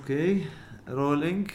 اوكي رولينج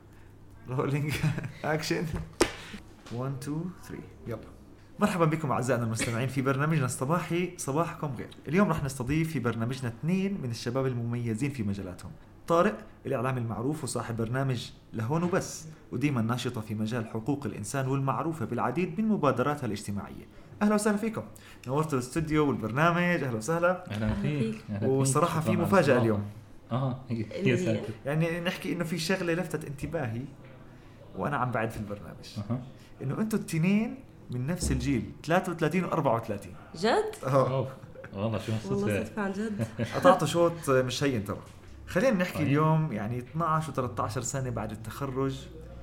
اكشن 1 2 3 يلا. مرحبا بكم اعزائنا المستمعين في برنامجنا الصباحي صباحكم غير. اليوم رح نستضيف في برنامجنا 2 من الشباب المميزين في مجالاتهم. طارق الاعلامي المعروف وصاحب برنامج لهون وبس، وديما ناشطه في مجال حقوق الانسان والمعروفه بالعديد من مبادراتها الاجتماعيه. اهلا وسهلا فيكم، نورتوا الاستوديو والبرنامج. اهلا وسهلا. اهلا فيك. والصراحه في مفاجاه اليوم. يا ساتر. يعني نحكي انه في شغله لفتت انتباهي وانا عم بعد في البرنامج، انه انتوا التنين من نفس الجيل 33 و34. جد؟ والله شو والله صدق عن جد. قطعتوا شوط مش هين ترى. خلينا نحكي اليوم يعني 12 و13 سنه بعد التخرج.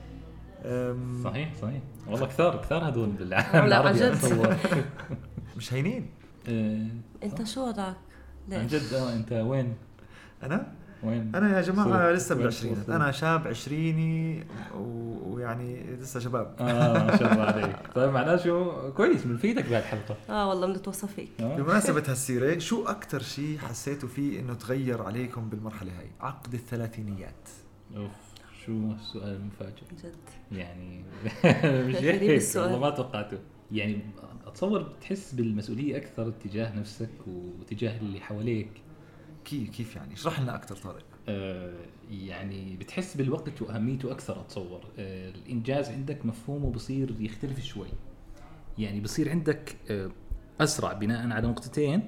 صحيح والله كثار هذول بالعالم العربي مش هينين. انت شو وضعك؟ عن جد انت وين؟ انا يا جماعه لسه بالعشرينات، انا شاب عشريني ويعني لسه شباب. ما شاء الله عليك. طيب معناه شو كويس بنفيدك بهالحلقه. والله بنتوصى فيك. بمناسبه هالسيره، شو اكثر شيء حسيتوا فيه انه تغير عليكم بالمرحله هاي، عقد الثلاثينيات؟ شو السؤال المفاجئ جد يعني. مش هيك والله ما توقعته. يعني اتصور بتحس بالمسؤوليه اكثر تجاه نفسك وتجاه اللي حواليك. كيف يعني؟ اشرح لنا اكثر طارق. يعني بتحس بالوقت واهميته اكثر. اتصور الانجاز عندك مفهومه بصير يختلف شوي. يعني بصير عندك اسرع بناء على نقطتين،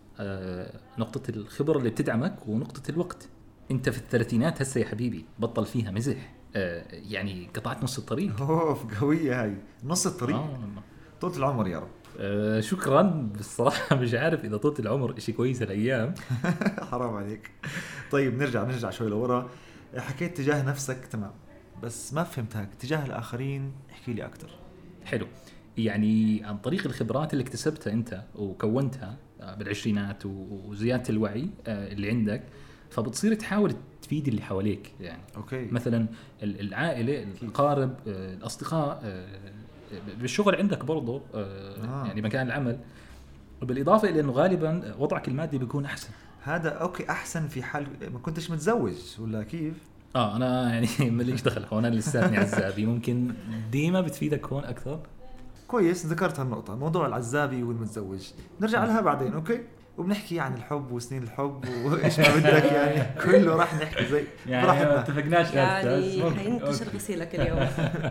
نقطه الخبره اللي بتدعمك ونقطه الوقت. انت في الثلاثينات هسه يا حبيبي بطل فيها مزح. يعني قطعت نص الطريق. قويه هاي نص الطريق. طول العمر يا رب. شكرا. بالصراحة مش عارف إذا طولت العمر إشي كويس الأيام. حرام عليك. طيب نرجع شوي لورا. حكيت تجاه نفسك تمام، بس ما فهمتك تجاه الآخرين. احكي لي أكتر. حلو. يعني عن طريق الخبرات اللي اكتسبتها أنت وكونتها بالعشرينات وزيادة الوعي اللي عندك، فبتصير تحاول تفيد اللي حواليك. يعني أوكي. مثلا العائلة، القارب، الأصدقاء، بالشغل عندك برضو يعني مكان العمل. وبالإضافة إلى أنه غالبا وضعك المادي بيكون أحسن. هذا أوكي أحسن في حال ما كنتش متزوج ولا كيف؟ أنا يعني ماليش دخل هون. أنا لساتني عزابي. ممكن ديما بتفيدك هون أكثر. كويس ذكرت هالنقطة، موضوع العزابي والمتزوج نرجع لها بعدين. أوكي. وبنحكي عن الحب وسنين الحب وإيش ما بدك يعني كله راح نحكي زي يعني ما اتفقناش يعني حينتشر غسيلك اليوم.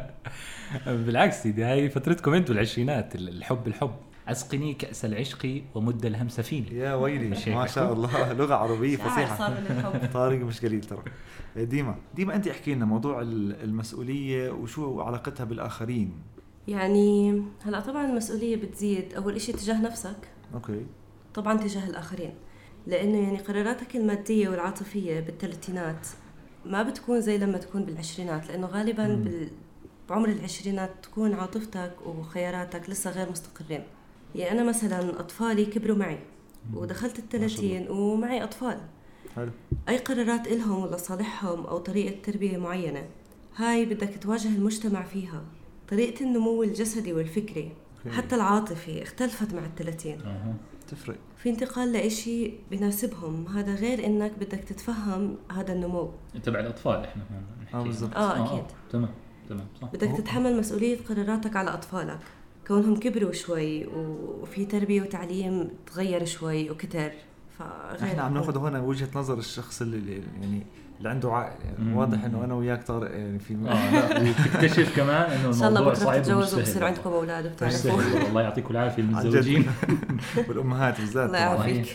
بالعكس دي هاي فترتكم انتوا العشرينات. الحب أسقني كأس العشق ومد الهمس فيني. يا ويلي ما شاء الله لغة عربية فصيحة. طارق مش قليل ترى. ديما أنت احكي لنا موضوع المسؤولية وشو علاقتها بالآخرين. يعني هلأ طبعا المسؤولية بتزيد أول إشي تجاه نفسك. أوكي. طبعا تجاه الآخرين، لأنه يعني قراراتك المادية والعاطفية بالثلاثينات ما بتكون زي لما تكون بالعشرينات، لأنه غالبا بعمر العشرينات تكون عاطفتك وخياراتك لسه غير مستقرين. يعني أنا مثلا أطفالي كبروا معي ودخلت 30 ومعي أطفال. حلو. أي قرارات إلهم ولا صالحهم أو طريقة تربية معينة هاي بدك تواجه المجتمع فيها. طريقة النمو الجسدي والفكري حتى العاطفي اختلفت مع 30. تفرق في انتقال لإشي بناسبهم. هذا غير إنك بدك تتفهم هذا النمو تبع الأطفال. إحنا بالضبط. أكيد. تمام صح. بدك تتحمل مسؤولية قراراتك على أطفالك كونهم كبروا شوي وفي تربية وتعليم تغير شوي وكتر. احنا عم ناخذ هنا وجهة نظر الشخص اللي يعني اللي عنده عائلة. يعني واضح انه انا وياك طارق يعني في وتكتشف كمان انه الموضوع صعب تتجوزوا وبصير عندكم اولاد وبتعرفوا. الله يعطيكم العافيه المتزوجين والامهات بالذات. الله يعافيك.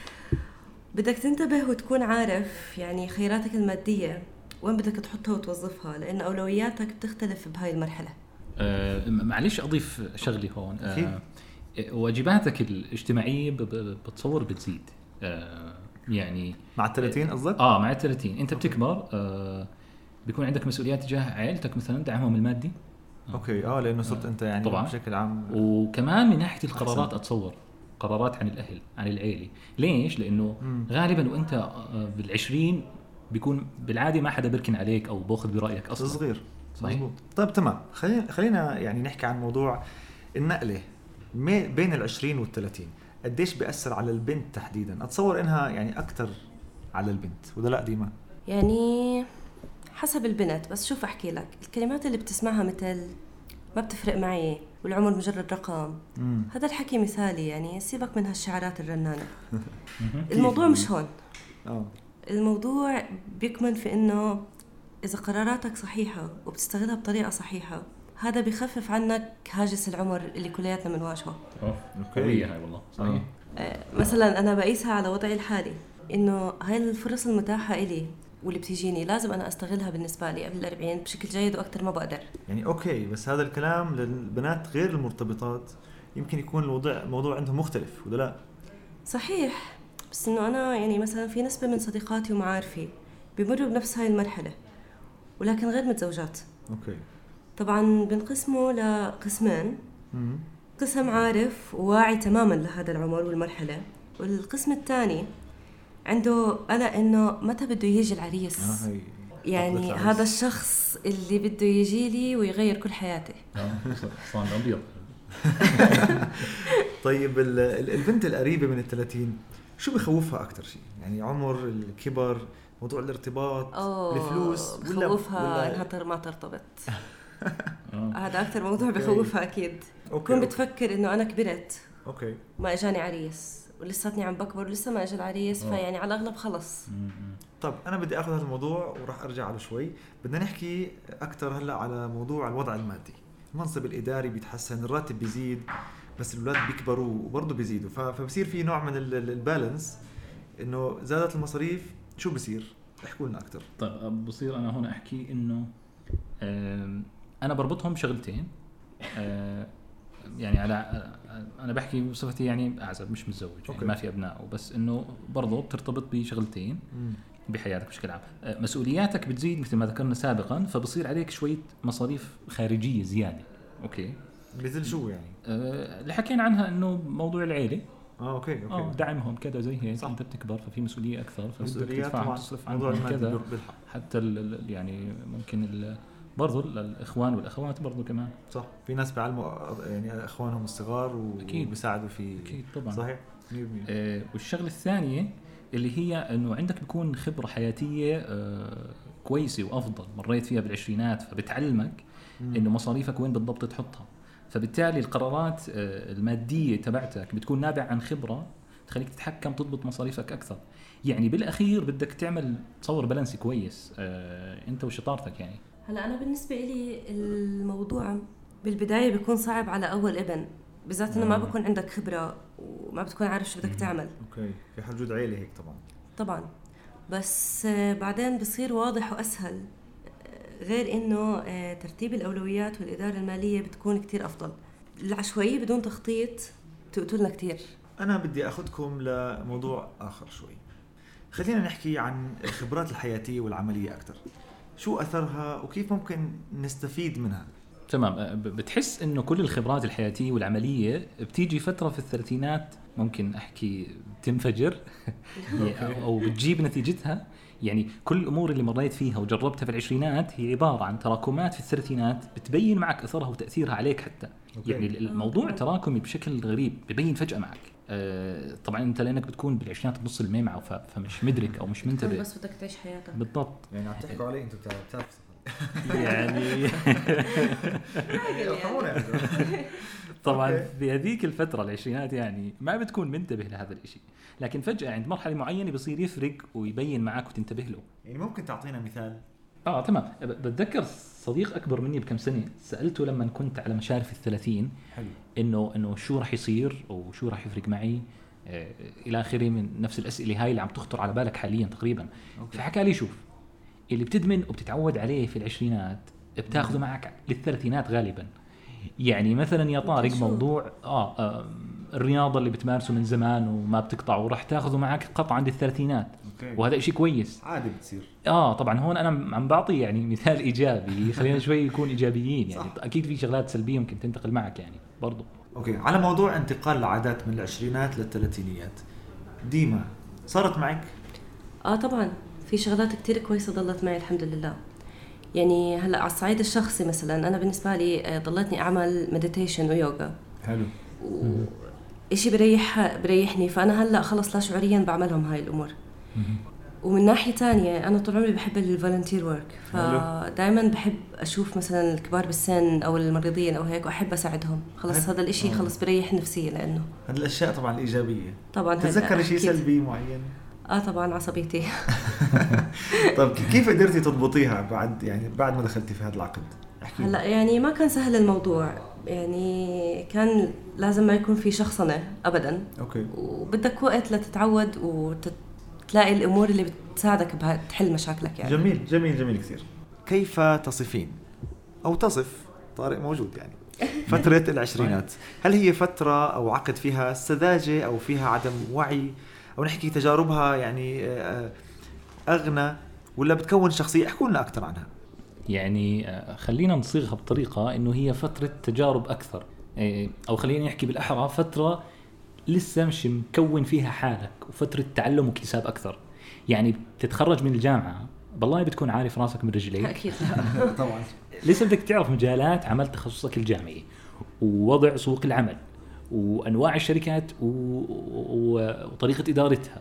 بدك تنتبه وتكون عارف يعني خياراتك المادية وين بدك تحطها وتوظفها، لأن أولوياتك بتختلف بهاي المرحلة. معليش أضيف شغلي هون. واجباتك الاجتماعية بتصور بتزيد. يعني مع 30 قصدك؟ مع 30 أنت بتكبر. بيكون عندك مسؤوليات تجاه عائلتك مثلا، دعمهم المادي. أوكي. لأنه صرت أنت يعني طبعاً. بشكل عام. وكمان من ناحية القرارات أتصور قرارات عن الأهل عن العائلة. ليش؟ لأنه غالبا وأنت بالعشرين بيكون بالعادة ما حدا بركن عليك أو باخذ برأيك أصلا. صغير. صحيح. طيب تمام. خلينا يعني نحكي عن موضوع النقلة بين 20 وال30. قديش بيأثر على البنت تحديدا؟ أتصور إنها يعني أكتر على البنت ولا لا ديما؟ يعني حسب البنت، بس شوف أحكي لك، الكلمات اللي بتسمعها مثل ما بتفرق معي والعمر مجرد رقم، هذا الحكي مثالي، يعني سيبك من هالشعارات الرنانة. الموضوع مش هون. الموضوع بيكمن في إنه إذا قراراتك صحيحة وبتستغلها بطريقة صحيحة، هذا بيخفف عنك هاجس العمر اللي كلياتنا بنواجهه. قوية هاي والله صحيح. مثلا أنا بقيسها على وضعي الحالي، إنه هاي الفرص المتاحة إلي واللي بتيجيني لازم أنا أستغلها بالنسبة لي قبل 40 بشكل جيد وأكتر ما بقدر. يعني أوكي، بس هذا الكلام للبنات غير المرتبطات يمكن يكون الموضوع عندهم مختلف ولا لا؟ صحيح، بس إنه أنا يعني مثلا في نسبة من صديقاتي ومعارفي بيمروا بنفس هاي المرحلة ولكن غير متزوجات. أوكي. طبعا بنقسمه لقسمين، قسم عارف وواعي تماما لهذا العمر والمرحلة، والقسم الثاني عنده قلق إنه متى بده يجي العريس. يعني هذا الشخص اللي بده يجي لي ويغير كل حياتي. صان أبيض. طيب البنت القريبة من 30 شو بخوفها أكتر شيء؟ يعني عمر، الكبر، موضوع الارتباط، الفلوس، بخوفها إنها ما ترتبط. هذا أكثر موضوع بخوفها أكيد. كون بتفكر إنه أنا كبرت، ما إجاني عريس ولساتني عم بكبر ولسه ما إجا العريس، فيعني على الأغلب خلص. طب أنا بدي أخذ هذا الموضوع وراح أرجع له شوي. بدنا نحكي أكتر هلأ على موضوع الوضع المادي. المنصب الإداري بيتحسن، الراتب بيزيد، بس الأولاد بيكبروا وبرضه بيزيدوا، فبصير في نوع من البالانس، إنه زادت المصاريف. شو بصير؟ احكوا لنا أكتر. طيب بصير أنا هنا أحكي إنه أنا بربطهم شغلتين. يعني أنا بحكي بصفتي يعني أعزب مش متزوج، يعني ما في أبناء، بس إنه برضو بترتبط بشغلتين بحياتك بشكل عام. مسؤولياتك بتزيد مثل ما ذكرنا سابقا، فبصير عليك شوية مصاريف خارجية زيادة. أوكي. مثل شو يعني؟ اللي حكينا عنها إنه موضوع العيلة. أوكي. دعمهم كذا زي هيك. أنت بتكبر ففي مسؤولية أكثر، فبدك تدفع تصرف عنهم كذا. حتى يعني ممكن برضو الإخوان والأخوات برضو كمان. صح، في ناس بيعلموا يعني أخوانهم الصغار وبيساعدوا في. أكيد طبعا. صحيح. والشغلة الثانية اللي هي إنه عندك بيكون خبرة حياتية كويسة وأفضل، مريت فيها بالعشرينات، فبتعلمك إنه مصاريفك وين بالضبط تحطها، فبالتالي القرارات المادية تبعتك بتكون نابع عن خبرة تخليك تتحكم، تضبط مصاريفك أكثر. يعني بالأخير بدك تعمل تصور بالانسي كويس أنت وشطارتك. يعني هلا أنا بالنسبة لي الموضوع بالبداية بيكون صعب على أول ابن، بالذات إنه ما بكون عندك خبرة وما بتكون عارف شو بدك تعمل. أوكي. في حدود عيلة هيك طبعا، بس بعدين بصير واضح وأسهل، غير إنه ترتيب الأولويات والإدارة المالية بتكون كتير أفضل. العشوائية بدون تخطيط تقتلنا كتير. أنا بدي أخذكم لموضوع آخر شوي. خلينا نحكي عن الخبرات الحياتية والعملية أكتر. شو أثرها وكيف ممكن نستفيد منها؟ تمام. بتحس إنه كل الخبرات الحياتية والعملية بتيجي فترة في الثلاثينات، ممكن أحكي تنفجر أو بتجيب نتيجتها. يعني كل الأمور اللي مريت فيها وجربتها في العشرينات هي عبارة عن تراكمات في الثلاثينات بتبين معك أثرها وتأثيرها عليك حتى. يعني الموضوع تراكمي بشكل غريب، ببين فجأة معك. طبعا أنت لأنك بتكون بالعشرينات بنص الميمعة، فمش مدرك أو مش منتبه، بس بدك تعيش حياتك. بالضبط. يعني عم تحكوا علي أنتوا بتعرف يعني طبعا في هذيك الفترة العشرينات يعني ما بتكون منتبه لهذا الاشي، لكن فجأة عند مرحلة معينة بيصير يفرق ويبين معك وتنتبه له. يعني ممكن تعطينا مثال؟ تمام. بتذكر صديق أكبر مني بكم سنة سألته لما كنت على مشارف 30 إنه شو رح يصير وشو رح يفرق معي إلى آخره من نفس الأسئلة هاي اللي عم تخطر على بالك حاليا تقريبا. فحكى لي شوف، اللي بتدمن وبتتعود عليه في العشرينات بتاخذه معك للثلاثينات غالبا. يعني مثلا يا طارق موضوع الرياضة اللي بتمارسه من زمان وما بتقطع وراح تاخذه معك قطع عند الثلاثينات. وهذا شيء كويس عادي بتصير. طبعا هون انا عم بعطي يعني مثال ايجابي، خلينا شوي يكون ايجابيين. يعني اكيد في شغلات سلبيه ممكن تنتقل معك يعني برضو. اوكي. على موضوع انتقال العادات من العشرينات للثلاثينيات، ديما صارت معك؟ طبعا في شغلات كتير كويسه ضلت معي الحمد لله. يعني هلا على الصعيد الشخصي مثلا انا بالنسبه لي ضلتني اعمل مديتيشن ويوغا. حلو. إشي بريحني، فانا هلا خلص لا شعوريا بعملهم هاي الامور. ومن ناحية تانية أنا طول عمري بحب الفولنتير ورك، فدائما بحب أشوف مثلا الكبار بالسن أو المريضين أو هيك وأحب أساعدهم. خلص هذا الإشي خلص بريح نفسية، لأنه هذه الأشياء طبعا الإيجابية. طبعا تتذكر شيء سلبي معين؟ طبعا عصبيتي. طب كيف قدرتي تضبطيها بعد ما دخلتي في هذا العقد؟ هلا يعني ما كان سهل الموضوع، يعني كان لازم ما يكون في شخصنة أبدا. أوكي. وبدك وقت لتتعود وتلاقي الأمور اللي بتساعدك تحل مشاكلك يعني. جميل جميل جميل كثير. كيف تصفين أو تصف طارق موجود يعني فترة العشرينات؟ هل هي فترة أو عقد فيها سذاجة أو فيها عدم وعي، أو نحكي تجاربها يعني أغنى، ولا بتكون شخصية؟ احكوا لنا أكثر عنها. يعني خلينا نصيغها بطريقة إنه هي فترة تجارب أكثر، أو خلينا نحكي بالأحرى فترة لسه مش مكون فيها حالك، وفترة تعلم واكتساب أكثر. يعني بتتخرج من الجامعة بالله بتكون عارف راسك من رجليك أكيد. طبعا لسه بدك تعرف مجالات عمل تخصصك الجامعي، ووضع سوق العمل، وأنواع الشركات وطريقة إدارتها.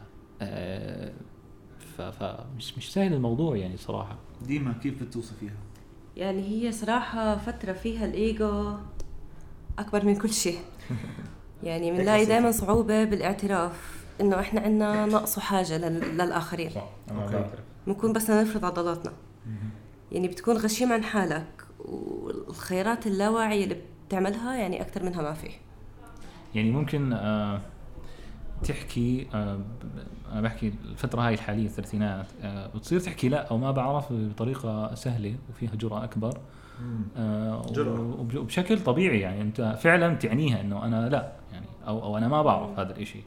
فمش سهل الموضوع يعني صراحة. ديما كيف بتوصفيها؟ يعني هي صراحة فترة فيها الإيجو أكبر من كل شيء. يعني بنلاقي دائما صعوبة بالاعتراف إنه إحنا عنا نقص حاجة للآخرين. بنكون بس نفرض عضلاتنا. يعني بتكون غشيم عن حالك، والخيارات اللاواعية اللي بتعملها يعني أكتر منها ما فيه. يعني ممكن تحكي أنا بحكي الفترة هاي الحالية الثلاثينات، بتصير تحكي لا أو ما بعرف بطريقة سهلة وفيها جرأة أكبر، وبشكل طبيعي. يعني أنت فعلا تعنيها إنه أنا لا يعني أو أنا ما بعرف هذا الإشي.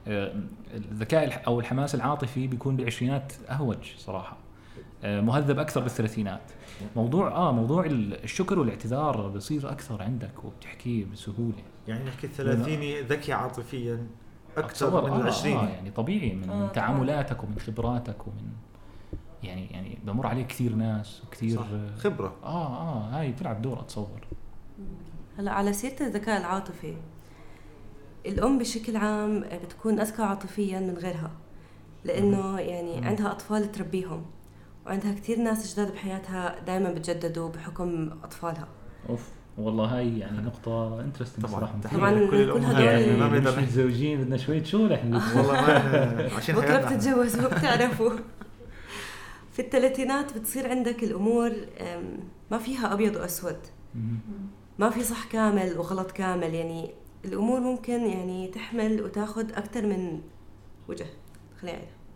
الذكاء أو الحماس العاطفي بيكون بالعشرينات أهوج صراحة، مهذب أكثر بالثلاثينات. موضوع الشكر والاعتذار بصير أكثر عندك وبتحكيه بسهولة. يعني نحكي الثلاثيني ذكي عاطفيا أكثر من العشرين. يعني طبيعي من تعاملاتك ومن خبراتك ومن يعني بمر عليك كثير ناس وكثير خبرة. هاي بتلعب دور أتصور. هلا على سيرة الذكاء العاطفي، الأم بشكل عام بتكون أذكى عاطفيا من غيرها، لأنه يعني عندها أطفال تربيهم، وعندها كثير ناس جداد بحياتها دائما بتجددوا بحكم أطفالها. والله هاي يعني نقطة انترستنج صراحة. طبعا كل هدول يعني ما مش متزوجين بدنا شوية شغل احنا والله ما عشان بكرة بتتجوزوا بتعرفوا. في الثلاثينات بتصير عندك الأمور ما فيها أبيض وأسود، ما في صح كامل وغلط كامل. يعني الأمور ممكن يعني تحمل وتاخد أكتر من وجه. خلينا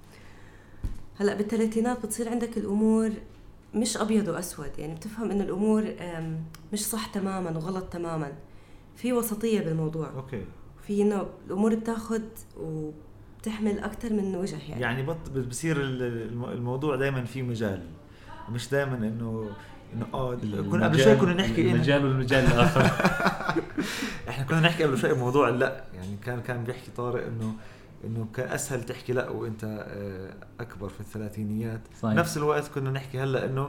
هلأ بالثلاثينات بتصير عندك الأمور مش أبيض وأسود، يعني بتفهم إن الأمور مش صح تماماً وغلط تماماً، في وسطية بالموضوع. أوكي. في إنه الأمور بتاخد وبتحمل أكتر من وجه. يعني بصير الموضوع دائماً في مجال، مش دائماً إنه كنا قبل شوي كنا نحكي المجال والمجال الآخر. إحنا كنا نحكي قبل شوي موضوع لا، يعني كان بيحكي طارق إنه كان أسهل تحكي لا وأنت أكبر في الثلاثينيات. صحيح. نفس الوقت كنا نحكي هلا إنه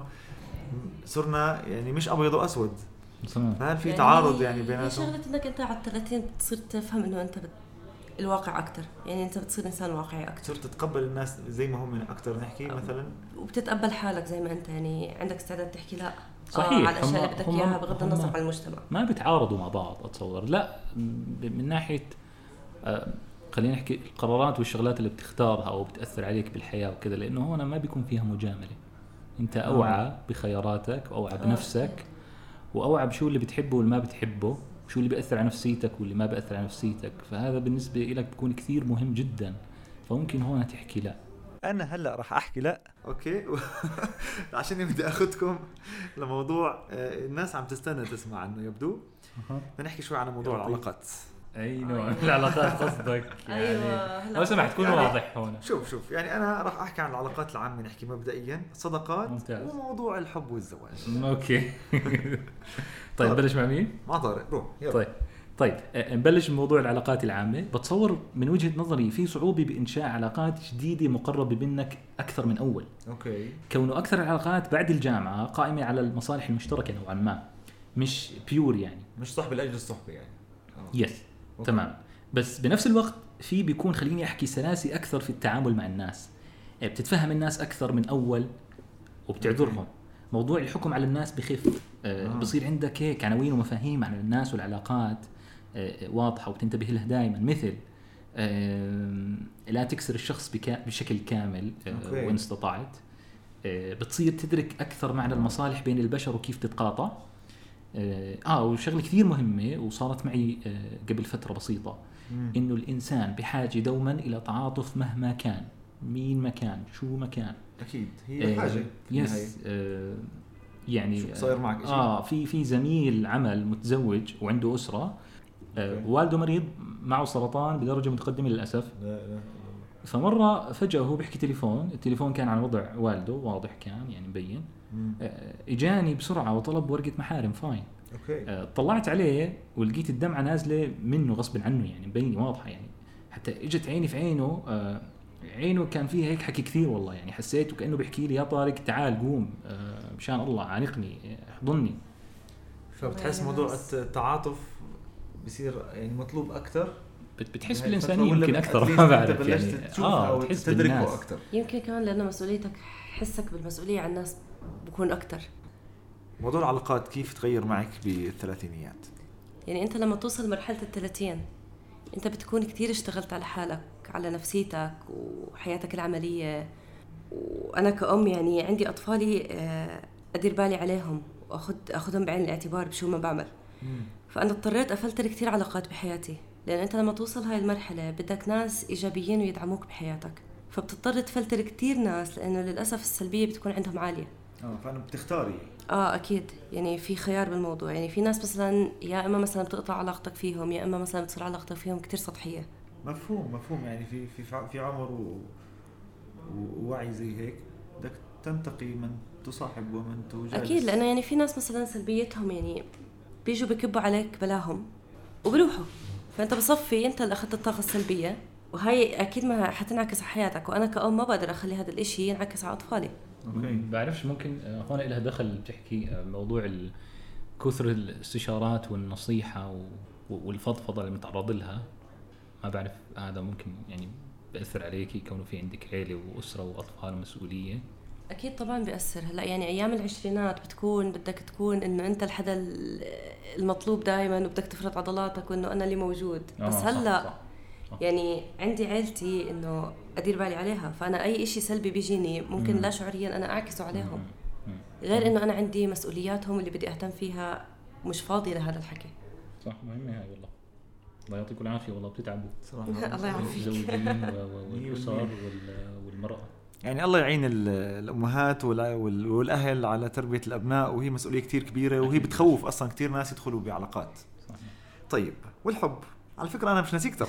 صرنا يعني مش أبيض وأسود، فهل في تعارض يعني بيناتهم؟ شغلة إنك أنت على 30 بتصير تفهم إنه أنت الواقع أكتر، يعني أنت بتصير إنسان واقعي أكتر، صرت تتقبل الناس زي ما هم أكتر نحكي مثلا، وبتتقبل حالك زي ما أنت، يعني عندك استعداد تحكي لا صحيح على الأشياء اللي بدك إياها بغض النظر عن المجتمع. ما بتعارضوا مع بعض أتصور، لا من ناحية خلينا نحكي القرارات والشغلات اللي بتختارها أو بتأثر عليك بالحياة وكذا، لأنه هنا ما بيكون فيها مجاملة. أنت أوعى بخياراتك وأوعى بنفسك وأوعى بشو اللي بتحبه واللي ما بتحبه، وشو اللي بيأثر على نفسيتك واللي ما بيأثر على نفسيتك. فهذا بالنسبة لك بيكون كثير مهم جدا. فممكن هون تحكي لا. أنا هلأ راح أحكي لا أوكي عشان بدي أخذكم لموضوع الناس عم تستنى تسمع عنه يبدو. نحكي شوي عن موضوع العلاقات. أي نوع من العلاقات قصدك؟ يعني أيوة. لو سمحت تكون واضح هون. شوف يعني أنا راح أحكي عن العلاقات العامة، نحكي مبدئيا صداقات. ممتاز. وموضوع الحب والزواج. أوكي. طيب نبلش مع مين؟ مع طارق. روح يلا. طيب نبلش بموضوع العلاقات العامة. بتصور من وجهة نظري في صعوبة بإنشاء علاقات جديدة مقربة منك أكثر من أول. أوكي. كونه أكثر العلاقات بعد الجامعة قائمة على المصالح المشتركة نوعا ما، مش بيور يعني، مش صحبة لأجل الصحبة يعني. يس. تمام. بس بنفس الوقت في بيكون خليني أحكي سلاسي أكثر في التعامل مع الناس. بتتفهم الناس اكثر من اول وبتعذرهم. موضوع الحكم على الناس بخف. بصير عندك هيك عناوين ومفاهيم عن الناس والعلاقات واضحه وبتنتبه لها دائما، مثل لا تكسر الشخص بشكل كامل وإن استطعت. بتصير تدرك أكثر معنى المصالح بين البشر وكيف تتقاطع. وشغلة كثير مهمة وصارت معي قبل فترة بسيطة، إنه الإنسان بحاجة دوما إلى تعاطف مهما كان، مين ما كان، شو ما كان. أكيد هي حاجة. يس. يعني شو صاير معك في زميل عمل متزوج وعنده أسرة، والده مريض معه سرطان بدرجة متقدمة للأسف. لا. فمرة فجأة هو بيحكي التليفون كان عن وضع والده واضح، كان يعني مبين. اجاني بسرعة وطلب ورقة محارم فاين. طلعت عليه ولقيت الدمعة نازلة منه غصب عنه، يعني مبين واضحة، يعني حتى اجت عيني في عينه. عينه كان فيها هيك حكي كثير والله، يعني حسيت وكأنه بيحكي لي يا طارق تعال قوم، مشان الله عانقني احضني. فبتحس موضوع التعاطف بصير يعني مطلوب أكتر، بتحس بالإنسانية يمكن أكثر، ما بعرف يعني. تحس تدركه أكتر، يمكن كمان لأن مسؤوليتك، حسك بالمسؤولية عن الناس بكون أكتر. موضوع العلاقات كيف تغير معك بالثلاثينيات؟ يعني أنت لما توصل مرحلة 30 أنت بتكون كتير اشتغلت على حالك، على نفسيتك وحياتك العملية. وأنا كأم يعني عندي أطفالي أدير بالي عليهم وأخذهم بعين الاعتبار بشو ما بعمل. فأنا اضطريت أفلتر كتير علاقات بحياتي، لأن أنت لما توصل هاي المرحلة بدك ناس إيجابيين ويدعموك بحياتك، فبتضطر تفلتر كتير ناس، لأنه للأسف السلبية بتكون عندهم عالية. فأنا بتختاري. أكيد، يعني في خيار بالموضوع. يعني في ناس مثلا يا إما مثلا بتقطع علاقتك فيهم، يا إما مثلا بتصير علاقتك فيهم كتير سطحية. مفهوم. يعني في عمر ووعي زي هيك بدك تنتقي من تصاحب ومن تجالس. أكيد، لأنه يعني في ناس مثلا سلبيتهم يعني بيجوا بكبوا عليك بلاهم وبروحوا، فأنت بصفي أنت اللي أخذت الطاقة السلبية، وهي أكيد ما حتنعكس على حياتك. وأنا كأم ما بقدر أخلي هذا الإشي ينعكس على أطفالي. بعرفش ممكن هون إلها دخل بتحكي موضوع كثر الاستشارات والنصيحة والفضفضة اللي متعرض لها. ما بعرف هذا ممكن يعني بأثر عليكي كونه في عندك عيلة وأسرة وأطفال ومسؤولية؟ أكيد طبعاً بيأثر. هلا يعني أيام العشرينات بتكون بدك تكون إنه أنت الحدا المطلوب دائماً، وبدك تفرض عضلاتك وإنه أنا اللي موجود. بس هلا صح. يعني عندي عيلتي إنه أدير بالي عليها، فأنا أي إشي سلبي بيجيني ممكن لا شعورياً أنا أعكسه عليهم، غير إنه أنا عندي مسؤولياتهم اللي بدي أهتم فيها، مش فاضي لهذا الحكي. صح، مهمة هاي والله. الله يعطيكم العافية والله، بتتعبوا صراحة. الله يعافيك. الزوجين والأسر والمرأة. يعني الله يعين الأمهات والأهل على تربية الأبناء، وهي مسؤولية كتير كبيرة، وهي بتخوف أصلا كتير ناس يدخلوا بعلاقات. طيب والحب على فكرة أنا مش ناسيك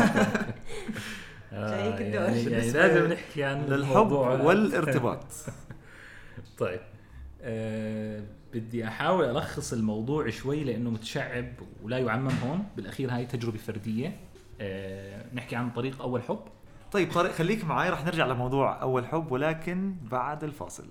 يعني لازم نحكي عن الحب والارتباط. طيب بدي أحاول ألخص الموضوع شوي لأنه متشعب ولا يعمم هون. بالأخير هاي تجربة فردية. نحكي عن طريق أول حب. طيب طارق خليك معاي، رح نرجع لموضوع أول حب ولكن بعد الفاصل.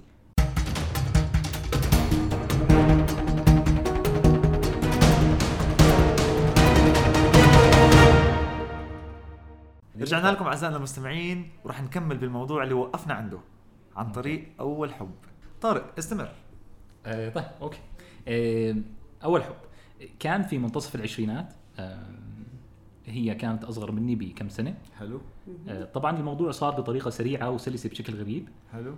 رجعنا لكم أعزائنا المستمعين، ورح نكمل بالموضوع اللي وقفنا عنده عن طريق أول حب. طارق استمر. طيب أوكي. أول حب كان في منتصف العشرينات. هي كانت أصغر مني بكم سنة. حلو. طبعا الموضوع صار بطريقة سريعة وسلسة بشكل غريب. حلو.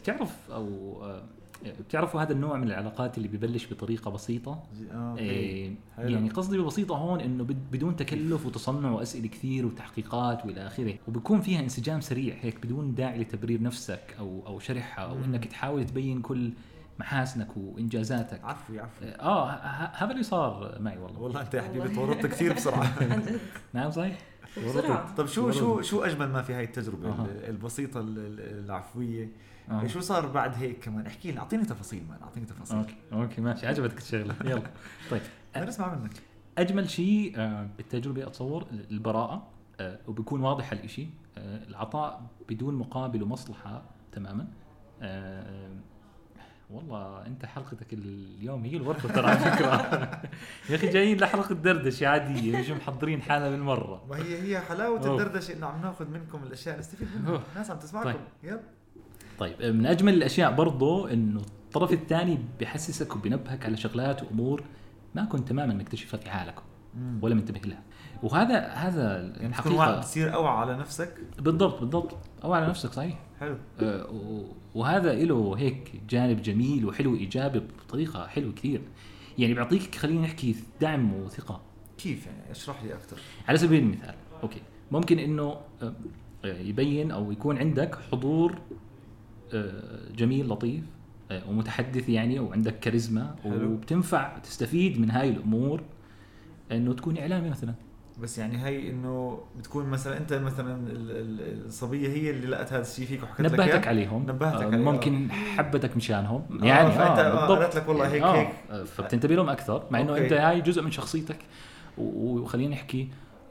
بتعرفوا هذا النوع من العلاقات اللي ببلش بطريقة بسيطة. يعني قصدي ببسيطة هون إنه بدون تكلف وتصنع وأسئلة كثير وتحقيقات وإلى آخره، وبيكون فيها انسجام سريع هيك بدون داعي لتبرير نفسك أو شرحها أو إنك تحاول تبين كل محاسنك وإنجازاتك. عفوي. هذا اللي صار معي والله أنت يا حبيبي تورطت كثير بسرعة. نعم صحيح. طب شو أجمل ما في هاي التجربة البسيطة العفوية؟ شو صار بعد هيك كمان؟ احكي لي، أعطيني تفاصيل. أوكي ماشي، عجبتك الشغلة. يلا طيب أنا أسمع منك. أجمل شيء بالتجربة أتصور البراءة، وبيكون واضح الإشي. العطاء بدون مقابل ومصلحة تماما. والله انت حلقتك اليوم هي الورطه ترى على فكره. يا اخي جايين لحلقه دردشه عاديه، مش محضرين حالنا بالمره. ما هي حلاوه الدردشه انه عم ناخذ منكم الاشياء نستفيد منها، الناس عم تسمعكم. طيب. طيب من اجمل الاشياء برضو انه الطرف الثاني بيحسسك وبينبهك على شغلات وامور ما كنت تماما مكتشفها في حالك ولا منتبه لها، وهذا يعني الحقيقه تصير اوعى على نفسك. بالضبط اوعى على نفسك، صحيح. حلو. وهذا له هيك جانب جميل وحلو ايجابي بطريقه حلوه كثير، يعني بيعطيك خلينا نحكي دعم وثقه. كيف يعني؟ اشرح لي اكثر. على سبيل المثال اوكي، ممكن انه يبين او يكون عندك حضور جميل لطيف ومتحدث يعني، وعندك كاريزما وبتنفع تستفيد من هاي الامور انه تكون اعلامي مثلا. بس يعني هي انه بتكون مثلا انت مثلا الصبيه هي اللي لقت هذا الشيء فيك وحكت لك نبهتك عليهم، ممكن حبتك مشانهم يعني قالت لك والله هيك فبتنتبه لهم اكثر، مع انه انت هاي جزء من شخصيتك وخلينا نحكي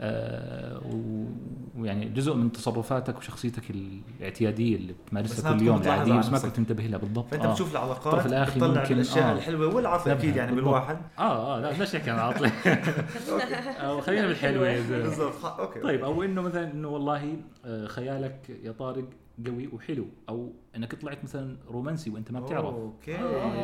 ويعني جزء من تصرفاتك وشخصيتك الاعتياديه اللي بتمارسها كل يوم العاديه، بس ما كنت تنتبه لها. بالضبط. فانت بتشوف العلاقات، بتطلع الاشياء الحلوه والعاطله اكيد يعني بالواحد. لا ليش نحكي عن العاطله؟ او خلينا بالحلوه. بالضبط. اوكي. طيب او انه مثلا انه والله خيالك يا طارق قوي وحلو، او انك طلعت مثلا رومانسي وانت ما بتعرف. اوكي.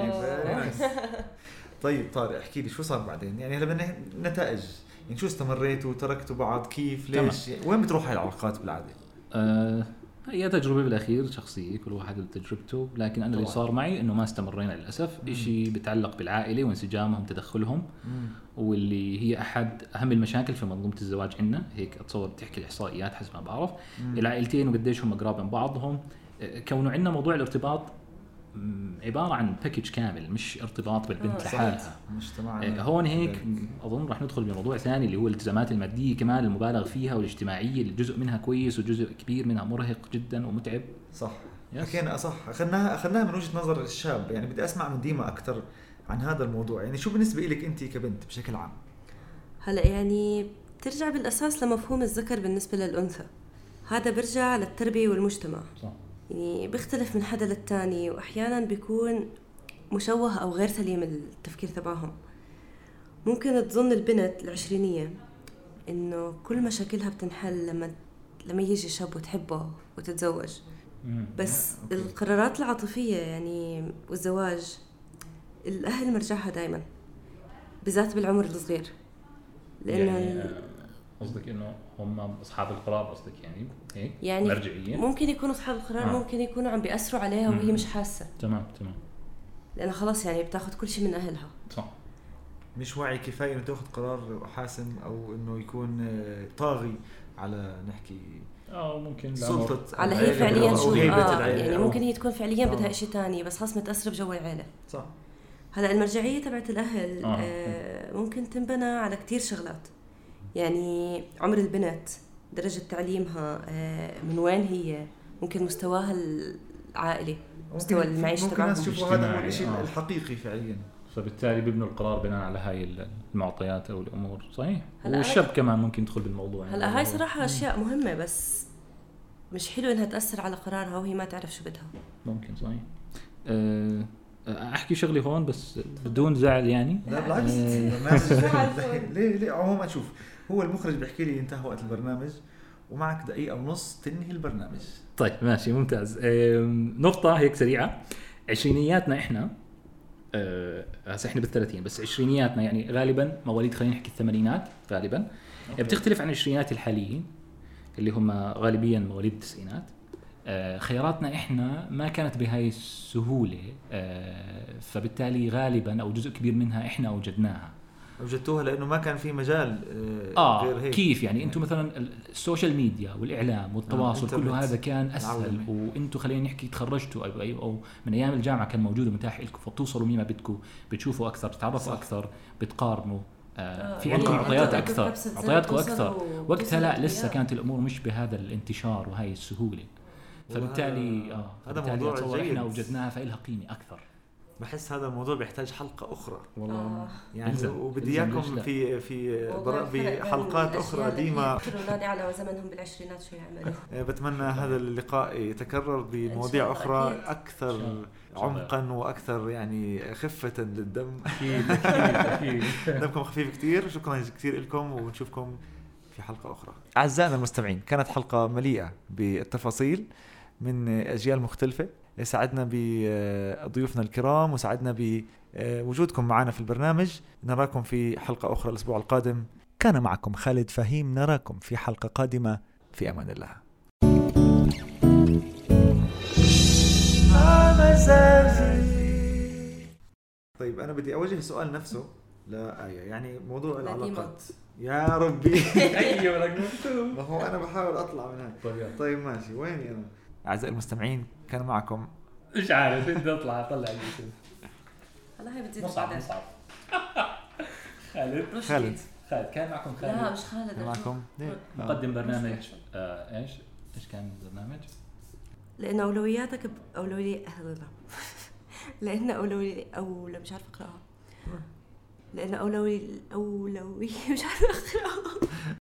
طيب طارق احكي لي شو صار بعدين، يعني هلا بدنا نتائج، يعني شو استمريتوا وتركتوا بعض كيف ليش يعني وين بتروح هاي العلاقات بالعاده؟ هي تجربه بالاخير شخصيه، كل واحد بتجربته، لكن انا اللي صار معي انه ما استمرينا للاسف. شيء بتعلق بالعائله وانسجامهم تدخلهم، واللي هي احد اهم المشاكل في منظومه الزواج عندنا. هيك اتصور بتحكي الاحصائيات حسب ما بعرف العائلتين وقديش هم قراب من بعضهم. كونه عندنا موضوع الارتباط عبارة عن باكيج كامل، مش ارتباط بالبنت لحالها. هون هيك أظن رح ندخل بموضوع ثاني اللي هو الالتزامات المادية كمان المبالغ فيها، والاجتماعية اللي جزء منها كويس وجزء كبير منها مرهق جدا ومتعب. صح. حكينا صح، أخذناها من وجهة نظر الشاب. يعني بدي أسمع من ديما أكتر عن هذا الموضوع. يعني شو بالنسبة لك أنت كبنت بشكل عام؟ هلأ يعني ترجع بالأساس لمفهوم الذكر بالنسبة للأنثى، هذا برجع للتربية والمجتمع. صح. يعني بيختلف من حدا للتاني، وأحياناً بيكون مشوه أو غير سليم التفكير تبعهم. ممكن تظن البنت العشرينية إنه كل مشاكلها بتنحل لما يجي شاب وتحبه وتتزوج. بس القرارات العاطفية يعني والزواج الأهل مرجعها دايماً، بالذات بالعمر الصغير. لأنه قصدك انه هم اصحاب القرار قصدك يعني مرجعيه؟ ممكن يكونوا اصحاب القرار ممكن يكونوا عم بيأثروا عليها وهي مش حاسه. تمام لانه خلاص يعني بتاخذ كل شيء من اهلها. صح. مش واعي كفايه انه تاخذ قرار حاسم او انه يكون طاغي على نحكي ممكن سلطه على هي فعليا شو يعني ممكن هي تكون فعليا بدها شيء ثاني بس خلاص متأثره بجو العيله. صح. هلا المرجعيه تبعت الاهل ممكن تنبنى على كتير شغلات، يعني عمر البنت، درجة تعليمها، من وين هي، ممكن مستواها العائلي، مستوى المعيشة تبعها. ممكن نشوفوا هذا هو الشيء الحقيقي فعليا. فبالتالي بيبنوا القرار بناء على هاي المعطيات أو الأمور. صحيح. والشاب كمان ممكن يدخل بالموضوع. هلا هاي صراحة أشياء مهمة، بس مش حلو إنها تأثر على قرارها وهي ما تعرف شو بدها. ممكن. صحيح. أحكي شغلي هون بس بدون زعل يعني. لا بالعكس. ليه عموما شوف، هو المخرج بيحكي لي انتهى وقت البرنامج ومعك دقيقة ونص تنهي البرنامج. طيب ماشي ممتاز. نقطة هيك سريعة. عشرينياتنا إحنا هسه إحنا بال30 بس عشرينياتنا يعني غالبا مواليد خلينا نحكي الثمانينات غالبا. بتختلف عن العشرينات الحاليين اللي هم غالبيا مواليد التسعينات. خياراتنا إحنا ما كانت بهاي السهولة، فبالتالي غالبا أو جزء كبير منها إحنا وجدناها. وجدتوها لأنه ما كان في مجال غير هيك. كيف يعني أنتم مثلا السوشيال ميديا والإعلام والتواصل كله هذا كان أسهل، وأنتم خلينا نحكي تخرجتوا أو من أيام الجامعة كان موجود ومتاح لكم، فبتوصلوا مين ما بدكم، بتشوفوا أكثر، تتعرفوا أكثر، بتقارنوا، في عندكم معطيات أكثر، معطياتكم أكثر. وقتها لا لسه كانت الأمور مش بهذا الانتشار وهي السهولة، فبالتالي هذا موضوع جيد. إحنا وجدناها فإلها قيمة أكثر. بحس هذا الموضوع بيحتاج حلقة أخرى والله يعني، إلزم. وبدي إلزم، إياكم ليش في موضوع الفرق بين بحلقات أخرى الأشياء ديما. اللي أولادي على زمنهم بالعشرينات شو يعملوا. بتمنى هذا اللقاء يتكرر إن بمواضيع شاء الله، أخرى أكيد. أكثر عمقا وأكثر يعني خفة للدم. أكيد أكيد دمكم خفيف كتير. شكرا كتير لكم ونشوفكم في حلقة أخرى. أعزائنا المستمعين، كانت حلقة مليئة بالتفاصيل من أجيال مختلفة. سعدنا بضيوفنا الكرام وسعدنا بوجودكم معنا في البرنامج. نراكم في حلقة أخرى الأسبوع القادم. كان معكم خالد فهيم. نراكم في حلقة قادمة. في أمان الله. طيب أنا بدي أوجه سؤال نفسه لآية، يعني موضوع العلاقات. يا ربي أيوة لك مكتوب. ما هو أنا بحاول أطلع من هاي. طيب ماشي، ويني أنا؟ أعزائي المستمعين، كان معكم مش عارف بدي أطلع الاسم. هلا هي بتزيد مصعب خالد كان معكم خالد. لا مش خالد، كان معكم مقدم برنامج ايش كان البرنامج؟ لأن أولوياتك لأن مش عارفة أقرأها. لأن أولوية مش عارفة أقرأها.